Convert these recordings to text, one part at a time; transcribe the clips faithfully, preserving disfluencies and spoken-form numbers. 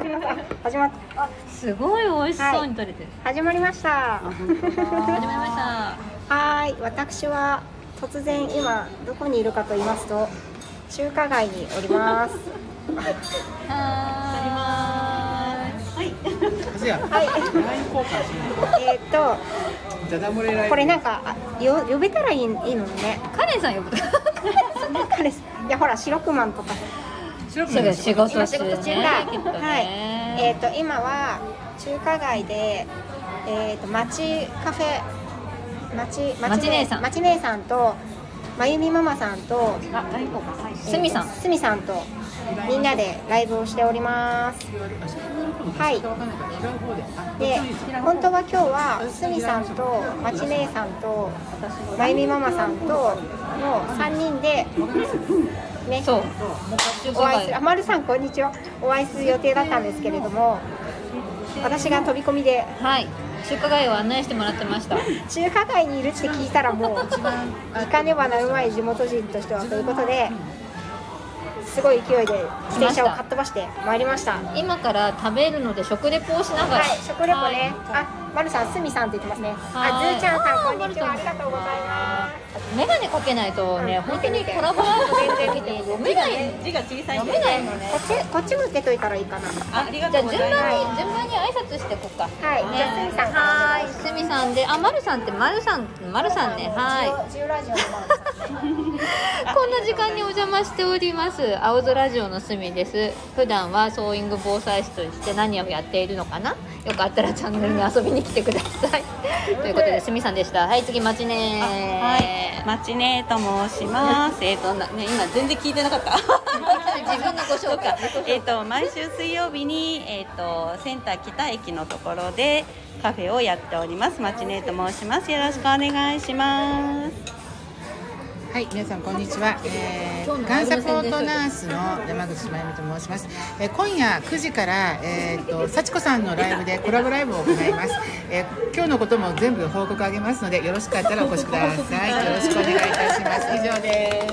始まった。 すごい美味しそうに撮れてる。 はい、始まりました。 始まりました。 はい、私は突然今どこにいるかと言いますと中華街におります。 はーい。はい。 はい。えーっとこれなんかよ呼べたらいいいいのね。 カレンさん呼ぶ。 カレンさん。いやほら白くまんとか。 白くまん仕事中ね。 仕事中だ。はい。えーっと今は中華街でえーっと町カフェ町町姉さん町姉さんとまゆみママさんとすみさんすみさんとみんなでライブをしております。はい。で本当は今日はすみさんとまち姉さんとまゆみママさんとのさんにんでね、 そうお会いする。あ、まるさんこんにちは。お会いする予定だったんですけれども、私が飛び込みで、 はい、中華街を案内してもらってました。 中華街にいるって聞いたらもう行かねばなるまい地元人としてはということで。すごい勢いで自転車をかっ飛ばしてまいりました。 今から食べるので食レポをしながら、 はい、食レポね。あ、まるさん、すみさんって言ってますね。あ、ずーちゃんさん、こんにちは。ありがとうございます。 メガネかけないとね、本当にコラボライブ全然見て読めない。 字が小さい。 読めないのね。 こっち、こっち向けといたらいいかな。 あ、ありがとうございます。 じゃあ順番に順番に挨拶してこっか。 はい。じゃあすみさん。 はい。すみさんで、あ、まるさんってまるさん、まるさんね。はい。 ジオラジオのまるさんね。 こんな時間にお邪魔しております青空ジオのすみです。普段はソーイング防災士として何をやっているのかな。よかったらチャンネルに遊びに来てください。ということで、すみさんでした。はい、次まちねー。 はい、まちねーと申します。えっとね、今全然聞いてなかった。 自分のご紹介。 えっと毎週水曜日にえっとセンター北駅のところでカフェをやっております。まちねーと申します。よろしくお願いします。 はい、皆さんこんにちは。えー、がんサポートナースの山口真由美と申します。えー、今夜くじから、えー、と幸子さんのライブでコラボライブを行います。えー、今日のことも全部報告あげますので、よろしかったらお越しください。よろしくお願いいたします。以上です。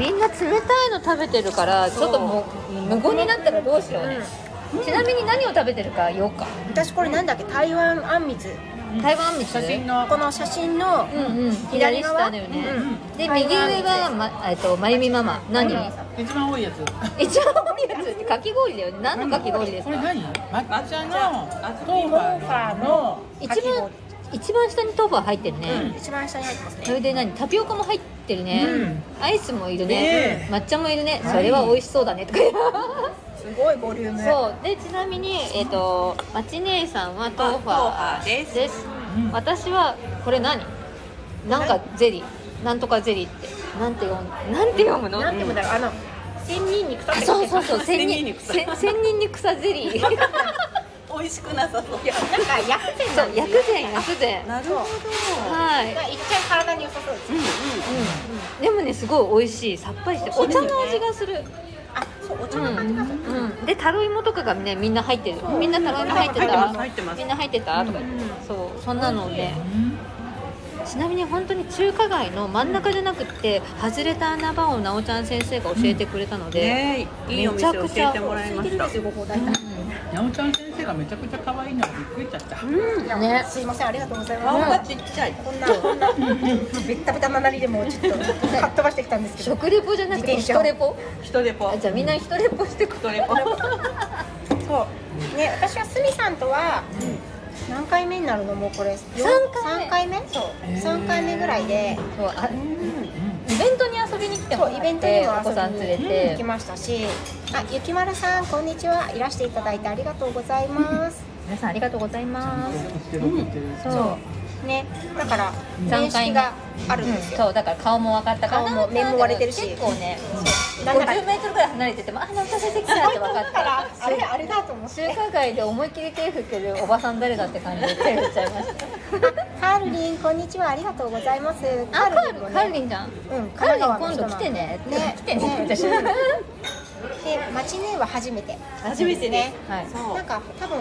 みんな冷たいの食べてるから、ちょっともう無言になったらどうしようね。うん、ちなみに何を食べてるか言おうか。 私これなんだっけ、台湾あんみつ。 台湾蜜、 写真のこの写真の左下だよね。で右上がまえっとまゆみママ。何？ 一番多いやつ。 一番多いやつ。かき氷だよね。何のかき氷ですか？ これ何？抹茶のトーファーの一番一番下に豆腐は入ってるね。 一番下に入ってますね。 それで何？タピオカも入ってるね。アイスもいるね。抹茶もいるね。それは美味しそうだねとか。 すごいボリューム。 そうで、ちなみにえっとまち姉さんは豆腐はですです。私はこれ何？なんかゼリー、なんとかゼリーってなんて読むなんて読むの？ なんて読むだろう。あの千人に草ってそうそうそう千人に草千人に草ゼリー。 美味しくなさそう。 いやなんか薬膳そう薬膳薬膳。 なるほど。 はい。 いっちゃい体に良さそうです。うんうんうん。でもねすごい美味しい、さっぱりしてお茶の味がする。 あ、そうお茶の味がする。 うん。でタロイモとかがねみんな入ってる。みんなタロイモ入ってた。みんな入ってたとか。そうそんなのね。ちなみに本当に中華街の真ん中じゃなくって外れた穴場をなおちゃん先生が教えてくれたので、 いいお店教えてもらいました。 なおちゃん先生がめちゃくちゃ可愛いのがびっくりしちゃった。 うんね、すいません、ありがとうございます。 顔がちっちゃい。 こんなこんなベッタベタななりでもちょっとかっ飛ばしてきたんですけど。 食レポじゃなくて一レポ。 一レポ。 じゃあみんな一レポしてくとレポ。 そうね、私はすみさんとは何回目になるのもうこれ三回目。そう三回目ぐらいで。 そうあイベントに遊びに来てもらって、 イベントにもお子さん連れて行きましたし、あ、ゆきまるさんこんにちは。いらしていただいてありがとうございます。 皆さんありがとうございます。 うん、 そうね、だから面識があるんですよ。 そうだから顔も分かったかな。 顔も面も割れてるし、 結構ねごじゅうメートルぐらい離れててもあ、なんか出てきたって分かってあれあれだと思って、 中華街で思いっきり手振ってるおばさん誰だって感じで手振っちゃいました。 カールリンこんにちは、ありがとうございます。 あ、カールカールリンじゃん。うん、カールリン今度来てね。 ね、 来てね。私でマチネは初めて。 初めてね。 はい。なんか多分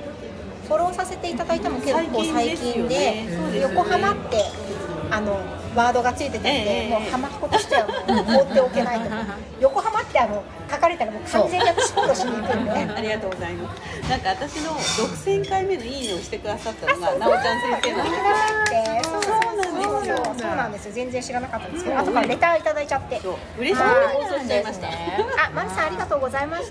フォローさせていただいたの結構最近で、横浜ってあのワードがついてたんで、 ええもう浜っ子としてはもう放っておけないと横浜ってあの書かれたらもう完全に私フォローしに行くんでありがとうございます。なんか私のろくせんかいめのいいねをしてくださったのがなおちゃん先生なんですよ。 そうなんですよ。そうなんですよ。全然知らなかったんですけど、後からレターいただいちゃって。 そう嬉しくて放送しちゃいました。 あ、マルさんありがとうございました。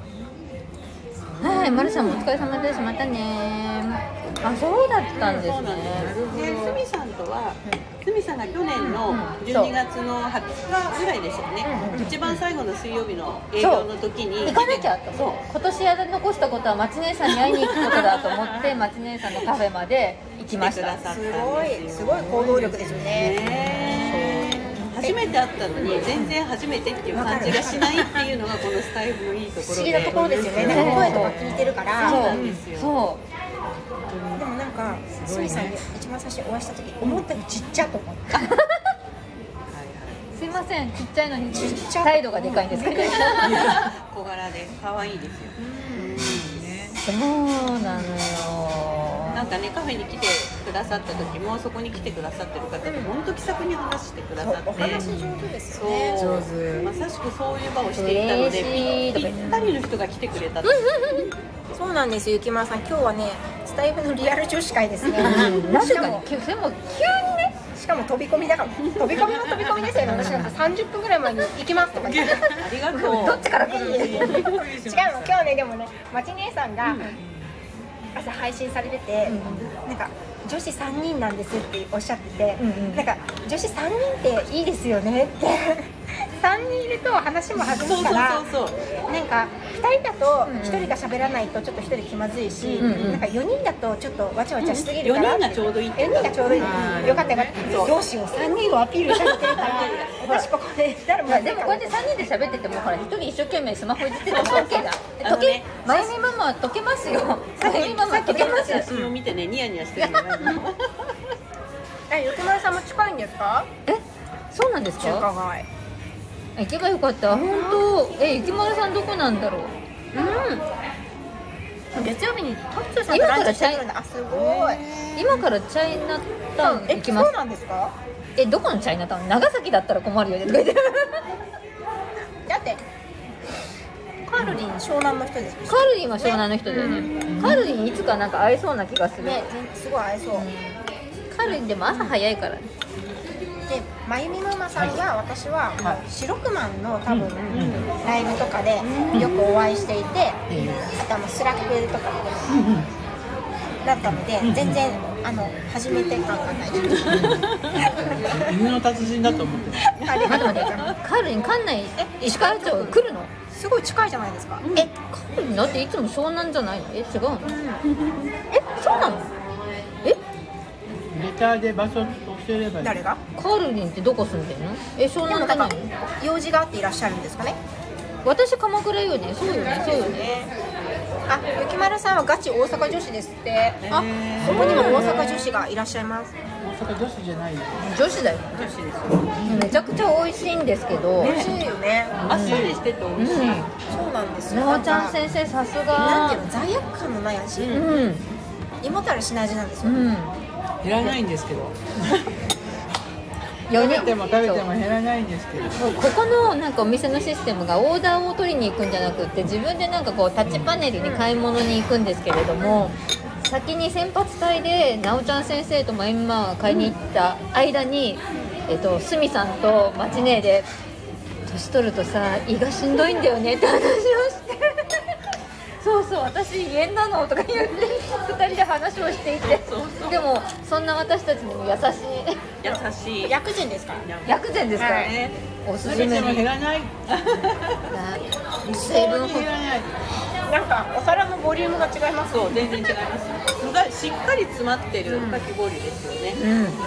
はい、まるさんもお疲れ様です。またね。あ、そうだったんですそうなんね。 です。で、すみさんとは、すみさんが去年のじゅうにがつのはつかぐらいでしたよね。一番最後の水曜日の営業の時に行かなきゃと思って、今年やり残したことはまち姉さんに会いに行くことだと思ってまち姉さんのカフェまで行きました。 すごいすごい行動力ですよね。 ね初めて会ったのに全然初めてっていう感じがしないっていうのがこのスタイルのいいところで、 不思議なところですよね。なんか声とか聞いてるから。 そうなんですよ。 そうでもなんかすみさんに一番最初にお会いした時思ったよりちっちゃと思った。 すいません、ちっちゃいのに態度がでかいんですけど小柄で可愛いですよ。 そうなのよ。 なんかねカフェに来てくださった時もそこに来てくださってる方と本当気さくに話してくださって、 お話上手ですよね。 そう上手まさしくそういう場をしていたのでぴったりの人が来てくれた。 そうなんですよ、ゆきまるさん今日はねスタイフのリアル女子会ですね。 なぜかしかもでも急にねしかも飛び込みだから飛び込みの飛び込みですよね。私なんかさんじゅっぷんぐらい前に行きますとか言ってありがとう。 どっちから来るの？ 違うの今日ねでもねまち姉さんが朝配信されてて、なんか女子さんにんなんですっておっしゃってて、なんか女子さんにんっていいですよねってさんにんいると話も弾むからそうそうそうなんかふたりだとひとりが喋らないとちょっとひとり気まずいし、なんかよにんだとちょっとわちゃわちゃしすぎるからよにんがちょうどいいってよにんがちょうどいいよかったよかったどうしようさんにんをアピールされてるから私ここでしたらまあでもこうやってさんにんで喋っててもほらひとり一生懸命スマホいじってても OK だ。溶けまゆみママは溶けますよ。まゆみママは溶けますよ。 写真を見てねニヤニヤしてるんじゃないの。 え、ゆきまるさんも近いんですか？ え、そうなんです中華か？ 街。 行けばよかった。本当。え、ゆきまるさんどこなんだろう。 うん。月曜日にトッツーさんとランチしてくるんだ。あ、すごい。 今からチャイナタウンえ、 行きます。 そうなんですか？ え、どこのチャイナタウン？長崎だったら困るよねとか言って。 だってカールリン湘南の人です。 カールリンは湘南の人だよね。カールリンいつかなんか会えそうな気がする。 ね、すごい合いそう。 カールリンでも朝早いからね。 で、まゆみママさんは私はシロクマンの多分ライブとかでよくお会いしていて、あとはもうスラックとかだったので全然あの初めて感がない。 犬の達人だと思ってます。 あれ待って待ってカールリン館内石川町来るの？ すごい近いじゃないですか。 え、カールリンだっていつも湘南じゃないの？え、違うの？え、そうなの？え？ レターで場所教えればいい。 誰が？ カールリンってどこ住んでんの？え、湘南じゃないの？ 用事があっていらっしゃるんですかね。 私鎌倉よね。そうよね。そうよね。 あ、ゆきまるさんはガチ大阪女子ですって。あ、ここにも大阪女子がいらっしゃいます。 大阪女子じゃないよ。 女子だよ。 女子ですよ。 めちゃくちゃ美味しいんですけど。 美味しいよね。 あっさりしてて美味しい。 そうなんですよ。 なおちゃん先生さすが。 なんていうの罪悪感のない味。 うん。 胃もたれしない味なんですよ。 うん。 減らないんですけど。 よにん食べても食べても減らないんですけど。 そうここのなんかお店のシステムがオーダーを取りに行くんじゃなくって自分でなんかこうタッチパネルに買い物に行くんですけれども、先に先発隊でなおちゃん先生とまゆみママが買いに行った間に、えっと、すみさんとまちねえで年取るとさ胃がしんどいんだよねって話をしてそうそう私胃炎なのとか言ってふたりで話をしていてでもそんな私たちにも優しい優しい。 薬人ですか？ 薬膳ですからね、おすすめに食べても減らない。 水分補給減らない。 なんかお皿のボリュームが違います。 そう全然違います。具がしっかり詰まってるかき氷ですよね。 うんなんか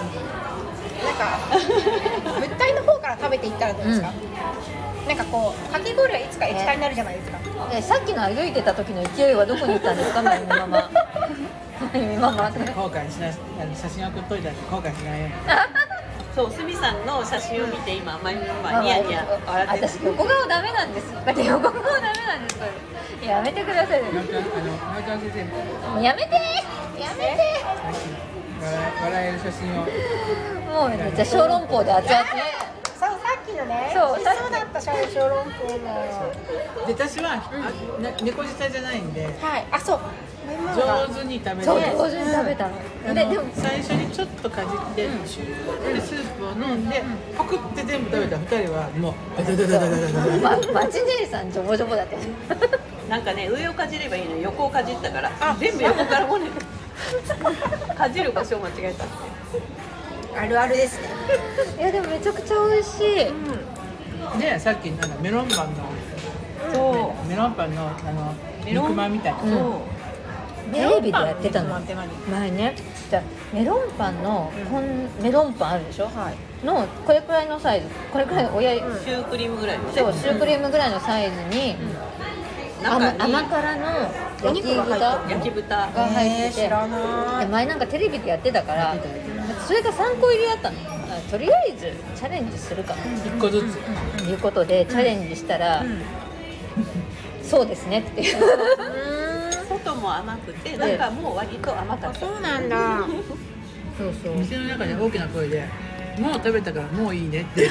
物体の方から食べていったらどうですか？なんかこうかき氷はいつか液体になるじゃないですか。 えさっきの歩いてた時の勢いはどこに行ったんですかまゆみママまゆみママ後悔しない。あの写真送っといたら後悔しないように。 そうすみさんの写真を見て今まゆみママニヤニヤ笑ってる。 私横顔ダメなんですだって横顔ダメなんですやめてくださいなおちゃんあのなおちゃん先生。 もうやめてーやめて。 笑える写真を。 もうね、じゃあ小籠包で熱々ね。 そう、さっきのね。 そう美味しそうだった小籠包も。 で私は、あな猫舌じゃないんではい。あ、そう。 上手に食べて、 そう上手に食べたの。 あのででも最初にちょっとかじって、でスープを飲んで、パクって全部食べた二人はもうダダダダダダダダ。 まマチ姉さんジョボジョボだったよ。 なんかね上をかじればいいのに横をかじったから全部横からもねかじる場所を間違えた。 あるあるですね。 いやでもめちゃくちゃ美味しい。 でさっきなんかメロンパンのそうメロンパンのあのメロン肉まんみたいな。 そうテレビでやってたのメロンパンって前ね。じゃあメロンパンのこんメロンパンあるでしょ。 はい。 のこれくらいのサイズ、これくらい親、 シュークリームぐらいのねそうシュークリームぐらいのサイズに、甘中に甘辛の焼き豚焼き豚が入ってて、 知らない。 で前なんかテレビでやってたからそれがさんこ入りだったの。あとりあえずチャレンジするか一個ずつ。 ということでチャレンジしたら、そうですねっていう外も甘くて中も割と甘かった。 そうなんだ。 そうそう店の中で大きな声で「もう食べたからもういいね」って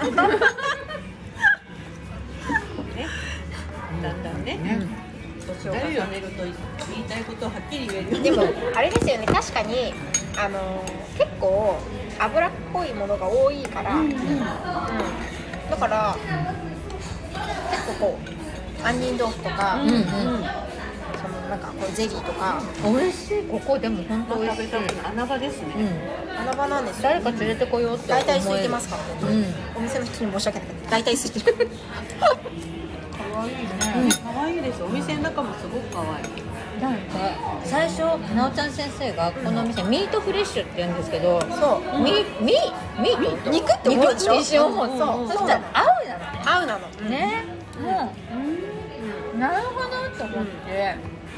だんだんねね。 年を重ねると言いたいことをはっきり言えるようにでもあれですよね、確かにあの結構脂っこいものが多いから、うんうん、だから結構こう杏仁豆腐とか、 うんうんそのなんかこうゼリーとか美味しい。ここでも本当美味しい。 食べたく穴場ですね。 うん穴場なんですよ。 誰か連れてこようって思える。 大体空いてますからね、 うんお店の人に申し訳ないけど大体空いてる。 可愛いね。 可愛いです。お店の中もすごく可愛い。 なんか最初なおちゃん先生がこのお店、ミートフレッシュって言うんですけど、 そうミミミート肉って思うでしょ。 肉って一瞬思う。 そうそしたら合うなのね。 合うなのね、もう、なるほどと思って、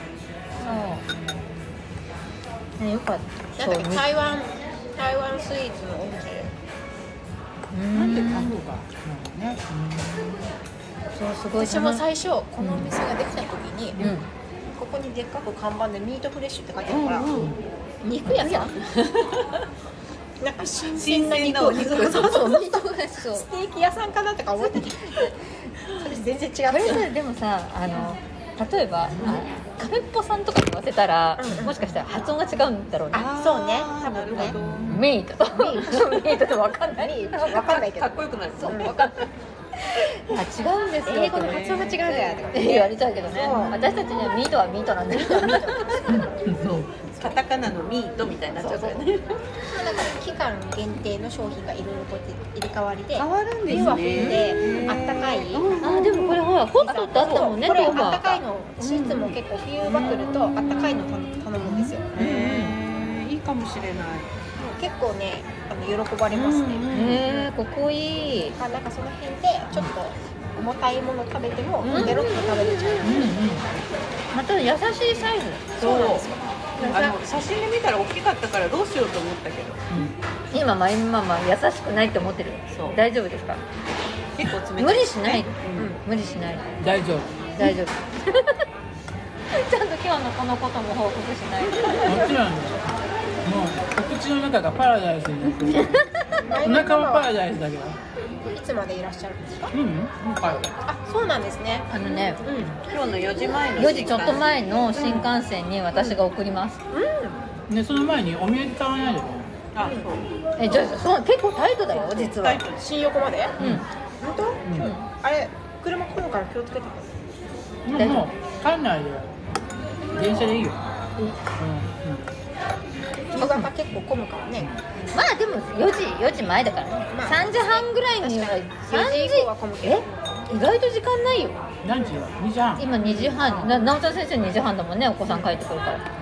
そう、ね、よかった。 なんだっけ、 そう台湾台湾スイーツのお店。 なんでタコがね。 そうすごい。 私も最初このお店ができた時に、 うん、 ここにでっかく看板でミートフレッシュって書いてあるから、肉屋さんなんか新鮮な肉を新鮮なお肉そうそうミートフレッシュ。そうステーキ屋さんかなとか思っててそれ全然違ってこれさでもさあの例えば、あカフェッポさんとかに言わせたら、 うんもしかしたら発音が違うんだろうね。 あそうね多分ねミートとミートミートと分かんない分かんないけどかっこよくなる。 そう分かんないあ違うんですよ英語の発音が違うんだよとかって言われちゃうけどね。 そう私たちにはミートはミートなんですよ。 そう。 カタカナのミートみたいになっちゃうからね。 だから期間限定の商品がいろいろこうやって入れ替わりで変わるんですね。 冬は冬であったかいあでもこれほらホットってあったもんね。 これ豆腐はあったかいのシーツも結構冬場来るとあったかいの頼むんですよ。 へーいいかもしれない。 結構ねあの喜ばれますね。 へえここいい。 あなんかその辺でちょっと重たいもの食べてもうんペロッと食べれちゃう。 また優しいサイズ。 そうなんですよ。 あの写真で見たら大きかったからどうしようと思ったけど今まゆみママ優しくないって思ってる。 そう大丈夫ですか。 結構冷たい。 無理しない、 うん無理しない大丈夫。 大丈夫ちゃんと今日のこのことも報告しないもちろんだよ。もうお口の中がパラダイスになってる。お腹はパラダイスだけど。 いつまでいらっしゃるんですか。 うん。はい。 あそうなんですね。 あのね今日のよじまえのよじちょっと前の新幹線に私が送ります、 ねその前にお土産買わないでね。 あそうえじゃあそう結構タイトだよ実はタイトル新横まで。 うん本当？ うん。 あれ車混むから気をつけて。 でも館内で電車でいいよ。うん。うん。 夕方結構混むからね。 まあでもよじよじまえだからね、 まあさんじはんぐらいには確かにさんよじ以降は混むけどえ意外と時間ないよ。 何時は？にじはん。 今にじはんななおちゃん先生にじはんだもんね。お子さん帰ってくるからも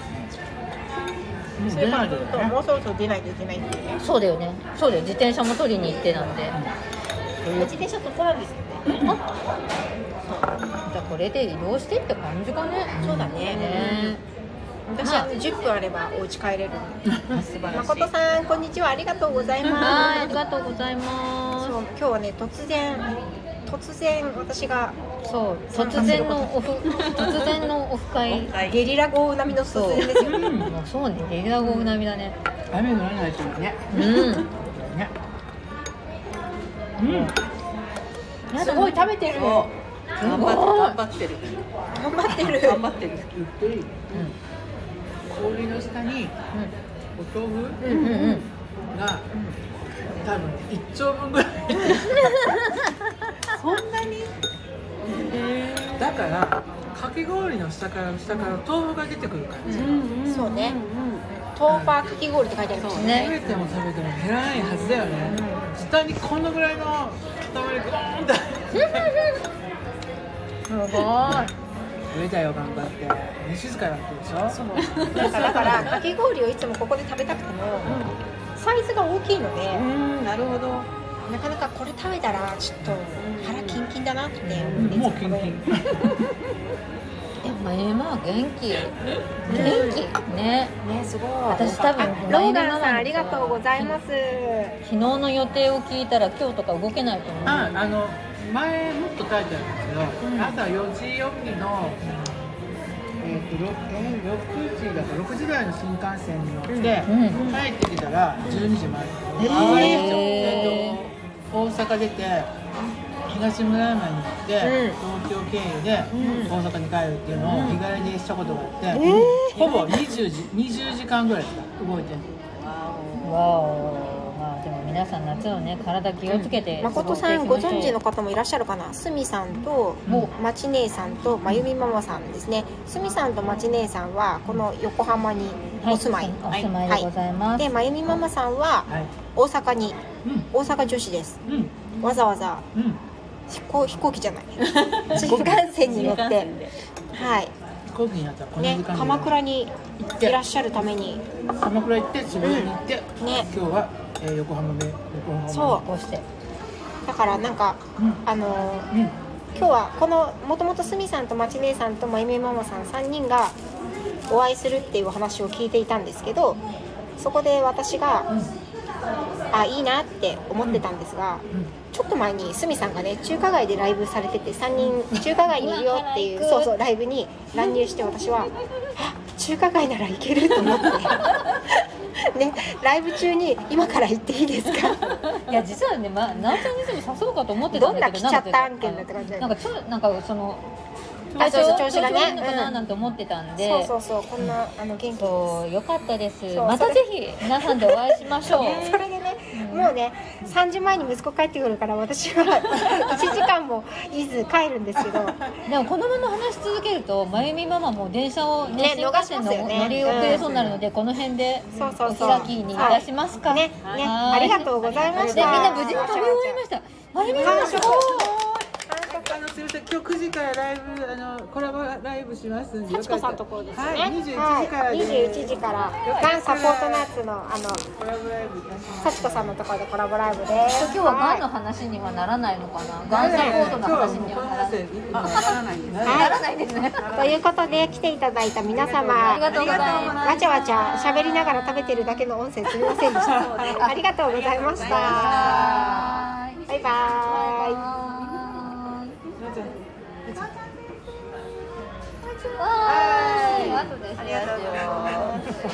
うそれ出からとないとね。 もうそろそろ出ないといけないんだよね。 そうだよねそうだよ自転車も取りに行ってなんで、 自転車とこなんですよね。 あじゃあこれで移動してって感じかね。 そうだね。 ね私はじゅっぷんあればお家帰れる。 素晴らしい。 誠さんこんにちはありがとうございはいます。 ありがとうございます。 そう今日はね突然突然私がそう突然のオフ突然のオフ会ゲリラ豪雨並みの突然ですよね。 もうそうねゲリラ豪雨並みだね。 雨降らないとね。 うんね。 うんすごい食べてる。 頑張ってる頑張ってる。 頑張ってる。 ゆっくり。氷の下にお豆腐うんうんうんが多分一丁分ぐらい。 そんなに？ だからかき氷の下から下から豆腐が出てくる感じ。 そうね。豆腐かき氷って書いてあります食ね。 べても食べても減らないはずだよね。下にこのぐらいの塊ゴーンと。 すごい上だよ頑張って。ね静かだったでしょ。 そうだからだからかき氷をいつもここで食べたくてもサイズが大きいので、 うんなるほど。 なかなかこれ食べたらちょっと腹キンキンだなって思ってもうキンキン。 でも今は元気元気ね。 ねすごい。 私多分ローガンさんありがとうございます。 昨日の予定を聞いたら今日とか動けないと思う。 ああの前もっと書いてあるんですけど、朝よじ起きのえっとろくえろくじだからろくじぐらいの新幹線に乗ってうん帰ってきたらじゅうにじまで。 へーあれですよ。えっと大阪出て東村山に行って、東京経由で大阪に帰るっていうのを日帰りでしたことがあって、ほぼにじゅうじにじゅうじかんぐらいですか動いてる。 わお。まあでも皆さん夏はね体気をつけて。 誠さんご存知の方もいらっしゃるかな。すみさんとまち姉さんとまゆみママさんですね。すみさんとまち姉さんはこの横浜にお住まい、 お住まいでございます。 でまゆみママさんははい。 大阪に、 うん大阪女子です。 うんわざわざうん。 飛行飛行機じゃない新幹線に乗って、はい飛行機になったらこのね時間に鎌倉にいらっしゃるために鎌倉行って渋谷に行って、 ね今日は、えー、横浜で横浜そうこうして。 だからなんか、 うんあのーうん今日はこのもともとすみさんとまち姉さんとまゆみママさんさんにんがお会いするっていう話を聞いていたんですけど、そこで私が、あいいなって思ってたんですが、ちょっと前にすみさんがね中華街でライブされててさんにん中華街にいるよっていうそうそうライブに乱入して、私はあ中華街なら行けると思ってねライブ中に今から行っていいですかいや実はね、まあ、なおちゃんにでも誘おうかと思ってたんだけど、 どんな来ちゃった案件だって感じだよねなんかちょなんかそのあそうそう調子がね調子いいのかななんて思ってたんで、 そうそうそうこんなあの元気です。 そうよかったです。 そうまたぜひ皆さんでお会いしましょう。 それでね、もうねさんじまえに息子帰ってくるから私はいちじかんもいず帰るんですけどでもこのまま話し続けるとまゆみママも電車をねね新幹線の逃しますよね乗り遅れそうになるので、この辺でそうそうそうお開きにいたしますか。 ねねはいありがとうございましでみんた。 な無事に食べ終わりました。まゆみママすごい。 あのすみません今日くじからライブあのコラボライブしますんで。 幸子さんのところですね。 はいにじゅういちじからで。 にじゅういちじからガンサポートナーツのあのコラボライブいたします。 幸子さんのところでコラボライブです。 今日はガンの話にはならないのかな。ガンサポートの話にはならない。 あわからないです。 はいならないですね。 ということで来ていただいた皆様ありがとうございます。 わちゃわちゃ喋りながら食べてるだけの音声すみませんでした。ありがとうございました。 はーい。 バイバーイ。 わーい。後でシェアしよう。